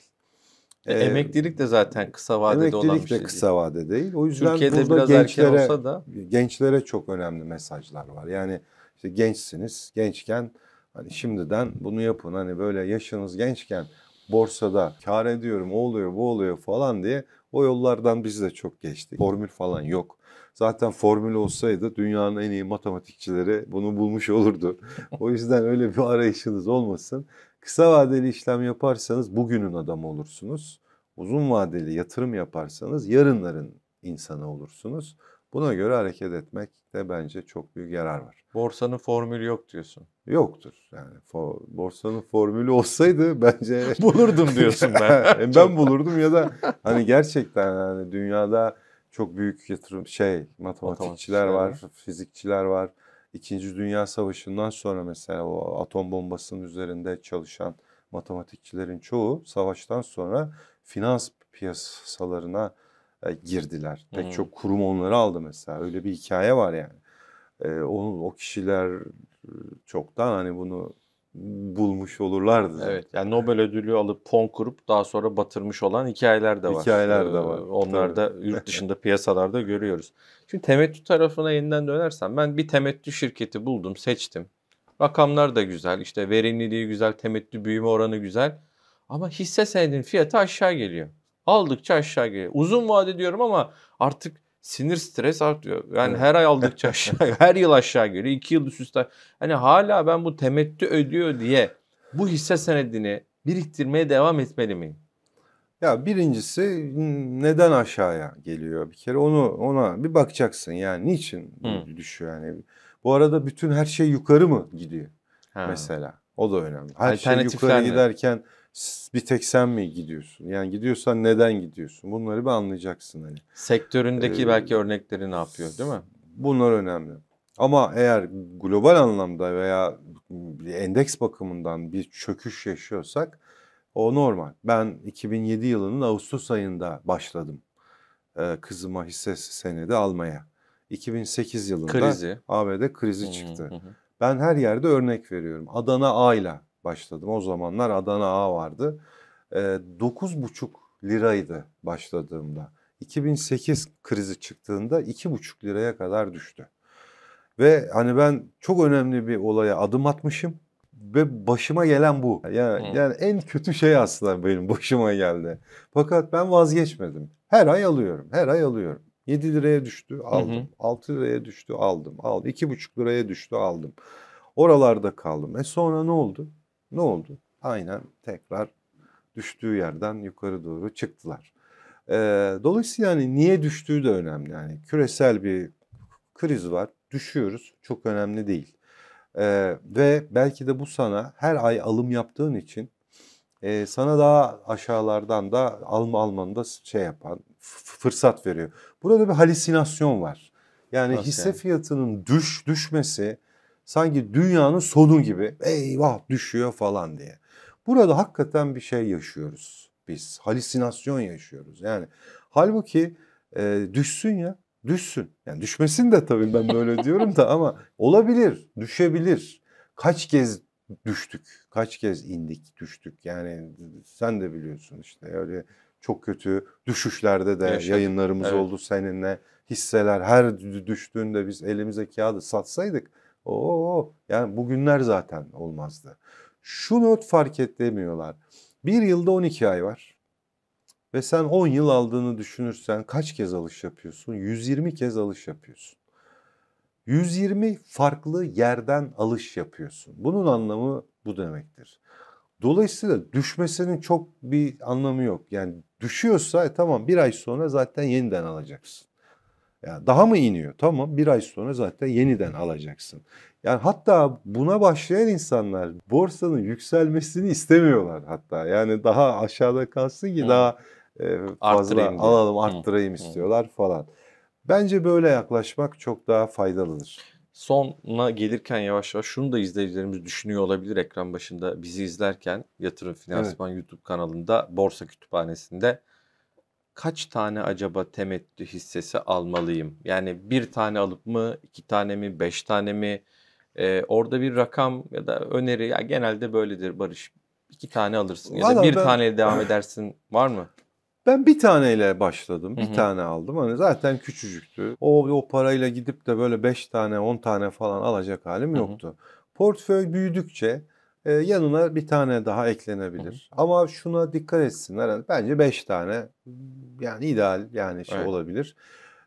Ee, Emeklilik de zaten kısa vadede olan bir Emeklilik de şey değil. kısa vade değil. O yüzden Türkiye'de burada biraz erken olsa da. gençlere çok önemli mesajlar var. Yani işte gençsiniz, gençken hani şimdiden bunu yapın. Hani böyle yaşınız gençken borsada kar ediyorum, o oluyor, bu oluyor falan diye o yollardan biz de çok geçtik. Formül falan yok. Zaten formül olsaydı dünyanın en iyi matematikçileri bunu bulmuş olurdu. O yüzden öyle bir arayışınız olmasın. Kısa vadeli işlem yaparsanız bugünün adamı olursunuz. Uzun vadeli yatırım yaparsanız yarınların insanı olursunuz. Buna göre hareket etmekte bence çok büyük yarar var. Borsanın formülü yok diyorsun. Yoktur. Yani borsanın formülü olsaydı bence Bulurdum diyorsun ben. ben bulurdum ya da hani gerçekten yani dünyada çok büyük yatırım matematikçiler Matematikçiler var, var. fizikçiler var. İkinci Dünya Savaşı'ndan sonra mesela o atom bombasının üzerinde çalışan matematikçilerin çoğu savaştan sonra finans piyasalarına girdiler. Pek Hmm. çok kurum onları aldı mesela. Öyle bir hikaye var yani. O kişiler çoktan hani bunu bulmuş olurlardı zaten. Evet, yani Nobel ödülü alıp fon kurup daha sonra batırmış olan hikayeler de var. Hikayeler de var. Onlar Tabii. da yurt dışında piyasalarda görüyoruz. Şimdi temettü tarafına yeniden dönersem ben bir temettü şirketi buldum, seçtim. Rakamlar da güzel, işte verimliliği güzel, temettü büyüme oranı güzel. Ama hisse senedinin fiyatı aşağı geliyor. Aldıkça aşağı geliyor. Uzun vade diyorum ama artık sinir stres artıyor. Yani Evet. her ay aldıkça aşağı, her yıl aşağı geliyor. 2 yıl üst üste. Hani hala ben bu temettü ödüyor diye bu hisse senedini biriktirmeye devam etmeli miyim? Ya birincisi neden aşağıya geliyor? Bir kere ona bir bakacaksın. Yani niçin Hı. düşüyor yani? Bu arada bütün her şey yukarı mı gidiyor Ha. mesela? O da önemli. Her şey yukarı Alternatifler ne? giderken bir tek sen mi gidiyorsun? Yani gidiyorsan neden gidiyorsun? Bunları bir anlayacaksın hani. Sektöründeki Ee, belki örnekleri ne yapıyor, değil mi? Bunlar önemli. Ama eğer global anlamda veya bir endeks bakımından bir çöküş yaşıyorsak o normal. Ben 2007 yılının Ağustos ayında başladım kızıma hisse senedi almaya. 2008 yılında Krizi. ABD krizi çıktı. Ben her yerde örnek veriyorum. Adana A ile başladım. O zamanlar Adana A vardı. 9,5 liraydı başladığımda. 2008 krizi çıktığında 2,5 liraya kadar düştü. Ve hani ben çok önemli bir olaya adım atmışım ve başıma gelen bu. Yani en kötü şey aslında benim başıma geldi. Fakat ben vazgeçmedim. Her ay alıyorum, her ay alıyorum. 7 liraya düştü, aldım. 6 liraya düştü, aldım. 2,5 liraya düştü, aldım. Oralarda kaldım. Sonra ne oldu? Ne oldu? Aynen tekrar düştüğü yerden yukarı doğru çıktılar. Dolayısıyla yani niye düştüğü de önemli. Yani küresel bir kriz var, düşüyoruz. Çok önemli değil. Ve belki de bu sana her ay alım yaptığın için sana daha aşağılardan da almanı da şey yapan, fırsat veriyor. Burada bir halüsinasyon var. Yani Nasıl hisse yani? fiyatının düşmesi sanki dünyanın sonu gibi. Eyvah düşüyor falan diye. Burada hakikaten bir şey yaşıyoruz biz. Halüsinasyon yaşıyoruz. Yani halbuki düşsün ya. Düşsün. Yani düşmesin de tabii ben böyle diyorum da ama olabilir, düşebilir. Kaç kez düştük, kaç kez indik, düştük. Yani sen de biliyorsun işte öyle çok kötü düşüşlerde de Yaşadık. yayınlarımız Evet. oldu seninle. Hisseler her düştüğünde biz elimize kağıdı satsaydık yani bugünler zaten olmazdı. Şunu fark edemiyorlar. Bir yılda 12 ay var. Ve sen 10 yıl aldığını düşünürsen kaç kez alış yapıyorsun? 120 kez alış yapıyorsun. 120 farklı yerden alış yapıyorsun. Bunun anlamı bu demektir. Dolayısıyla düşmesinin çok bir anlamı yok. Yani düşüyorsa tamam bir ay sonra zaten yeniden alacaksın. Yani daha mı iniyor? Tamam bir ay sonra zaten yeniden alacaksın. Yani hatta buna başlayan insanlar borsanın yükselmesini istemiyorlar hatta. Yani daha aşağıda kalsın ki daha fazla Arttırayım diye. alalım, arttırayım istiyorlar falan. Bence böyle yaklaşmak çok daha faydalıdır. Sonuna gelirken yavaş yavaş şunu da izleyicilerimiz düşünüyor olabilir ekran başında bizi izlerken Yatırım Evet. Finansman YouTube kanalında Borsa Kütüphanesi'nde kaç tane acaba temettü hissesi almalıyım? Yani bir tane alıp mı, iki tane mi, beş tane mi? Orada bir rakam ya da öneri ya genelde böyledir Barış. İki tane alırsın ya da Valla bir taneyle devam edersin var mı? ben bir taneyle başladım. Hı Bir hı. tane aldım. Hani zaten küçücüktü. O parayla gidip de böyle 5 tane 10 tane falan alacak halim Hı hı. yoktu. Portföy büyüdükçe yanına bir tane daha Hı hı. eklenebilir. Ama şuna dikkat etsinler. Hani bence 5 tane yani ideal yani şey Evet. olabilir.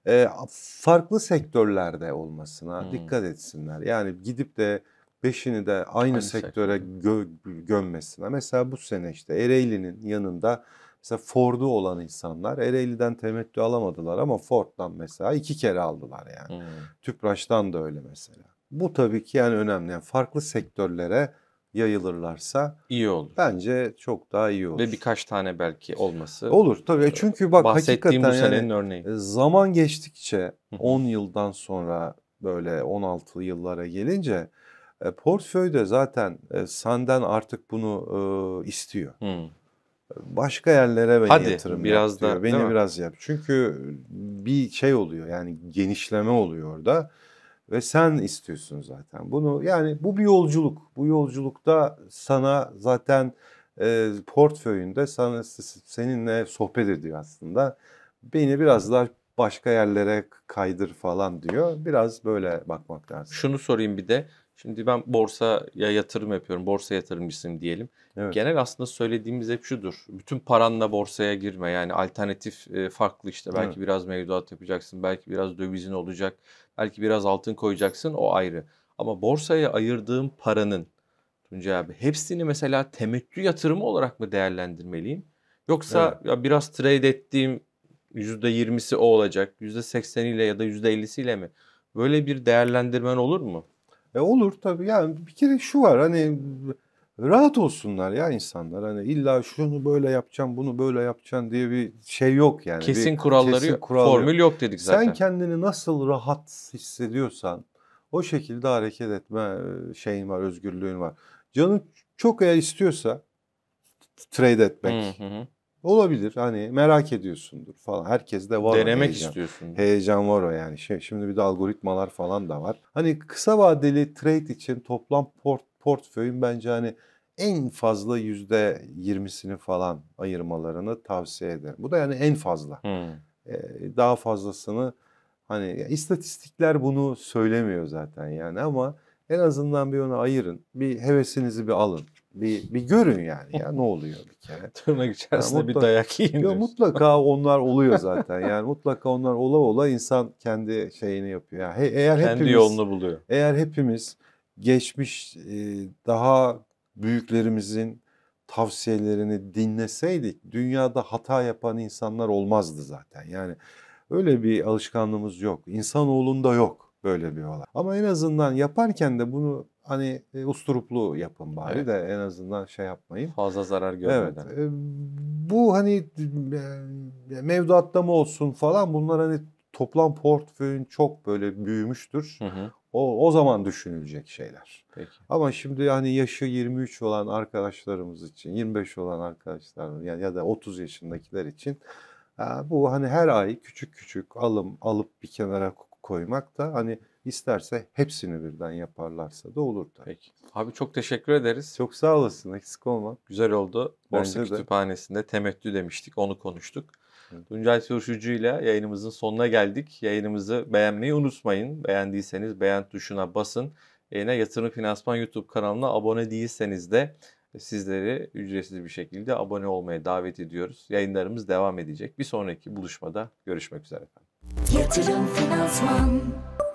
Farklı sektörlerde olmasına Hmm. dikkat etsinler. Yani gidip de beşini de aynı sektöre sektörde. gömmesine. Mesela bu sene işte Ereğli'nin yanında mesela Ford'u olan insanlar Ereğli'den temettü alamadılar ama Ford'dan mesela 2 kere aldılar yani. Hmm. Tüpraş'tan da öyle mesela. Bu tabii ki yani önemli. Yani farklı sektörlere yayılırlarsa İyi olur. bence çok daha iyi Ve olur. birkaç tane belki olması. Olur tabii. Çünkü bak Bahsettiğim bu hakikaten yani senenin örneği. zaman geçtikçe Hı hı. 10 yıldan sonra böyle 16 yıllara gelince portföyde zaten senden artık bunu istiyor. Hmm. Başka yerlere beni Hadi yatırım yap biraz diyor. da değil Beni mi? biraz yap. Çünkü bir şey oluyor yani genişleme oluyor orada ve sen istiyorsun zaten. Bunu yani bu bir yolculuk. Bu yolculukta sana zaten portföyünde sana seninle sohbet ediyor aslında. Beni biraz daha başka yerlere kaydır falan diyor. Biraz böyle bakmak lazım. Şunu sorayım bir de. Şimdi ben borsaya yatırım yapıyorum. Borsa yatırımcısıyım diyelim. Evet. Genel aslında söylediğimiz hep şudur. Bütün paranla borsaya girme. Yani alternatif farklı işte. Evet. Belki biraz mevduat yapacaksın. Belki biraz dövizin olacak. Belki biraz altın koyacaksın. O ayrı. Ama borsaya ayırdığım paranın Tuncay abi hepsini mesela temettü yatırımı olarak mı değerlendirmeliyim? Evet. Yoksa ya biraz trade ettiğim %20'si o olacak. %80'iyle ya da %50'siyle mi? Böyle bir değerlendirmen olur mu? Olur tabii. Yani bir kere şu var hani rahat olsunlar ya insanlar. Hani illa şunu böyle yapacağım, bunu böyle yapacağım diye bir şey yok yani. Bir Kesin kuralları kesin yok, kural yok. formül yok dedik Sen zaten. kendini nasıl rahat hissediyorsan o şekilde hareket etme şeyin var, özgürlüğün var. Canın çok eğer istiyorsa trade Hı etmek hı. Hı. Olabilir. Hani merak ediyorsundur falan. Herkes de var o Denemek heyecan. istiyorsun. Heyecan var o yani. Şimdi bir de algoritmalar falan da var. Hani kısa vadeli trade için toplam portföyün bence hani en fazla %20'sini falan ayırmalarını tavsiye ederim. Bu da yani en fazla. Daha fazlasını hani istatistikler bunu söylemiyor zaten yani ama en azından bir ona ayırın. Bir hevesinizi bir alın. Bir görün yani ya ne oluyor bir kere. Tırnak içerisinde Ya bir dayak yiyin ya diyorsun. mutlaka onlar oluyor zaten. Yani mutlaka onlar ola insan kendi şeyini yapıyor. Yani Kendi yolunu buluyor. eğer hepimiz geçmiş daha büyüklerimizin tavsiyelerini dinleseydik dünyada hata yapan insanlar olmazdı zaten. Yani öyle bir alışkanlığımız yok. İnsanoğlunda yok böyle bir olay. Ama en azından yaparken de bunu hani usturuplu yapın bari Evet. de en azından şey yapmayın. Fazla zarar Evet. görmeden. Bu hani mevduatta mı olsun falan bunlar hani toplam portföyün çok böyle büyümüştür. O zaman düşünülecek şeyler. Peki. Ama şimdi hani yaşı 23 olan arkadaşlarımız için, 25 olan arkadaşlar yani ya da 30 yaşındakiler için bu hani her ay küçük küçük alıp bir kenara koymak da hani isterse hepsini birden yaparlarsa da olur tabii. Peki. Abi çok teşekkür ederiz. Çok sağ olasın, eksik olma. Güzel oldu. Borsa Bence de. Kütüphanesi'nde temettü demiştik. Onu konuştuk. Evet. Tuncay Turşucu ile yayınımızın sonuna geldik. Yayınımızı beğenmeyi unutmayın. Beğendiyseniz beğen tuşuna basın. Yine Yatırım Finansman YouTube kanalına abone değilseniz de sizleri ücretsiz bir şekilde abone olmaya davet ediyoruz. Yayınlarımız devam edecek. Bir sonraki buluşmada görüşmek üzere efendim. Yatırım Finansman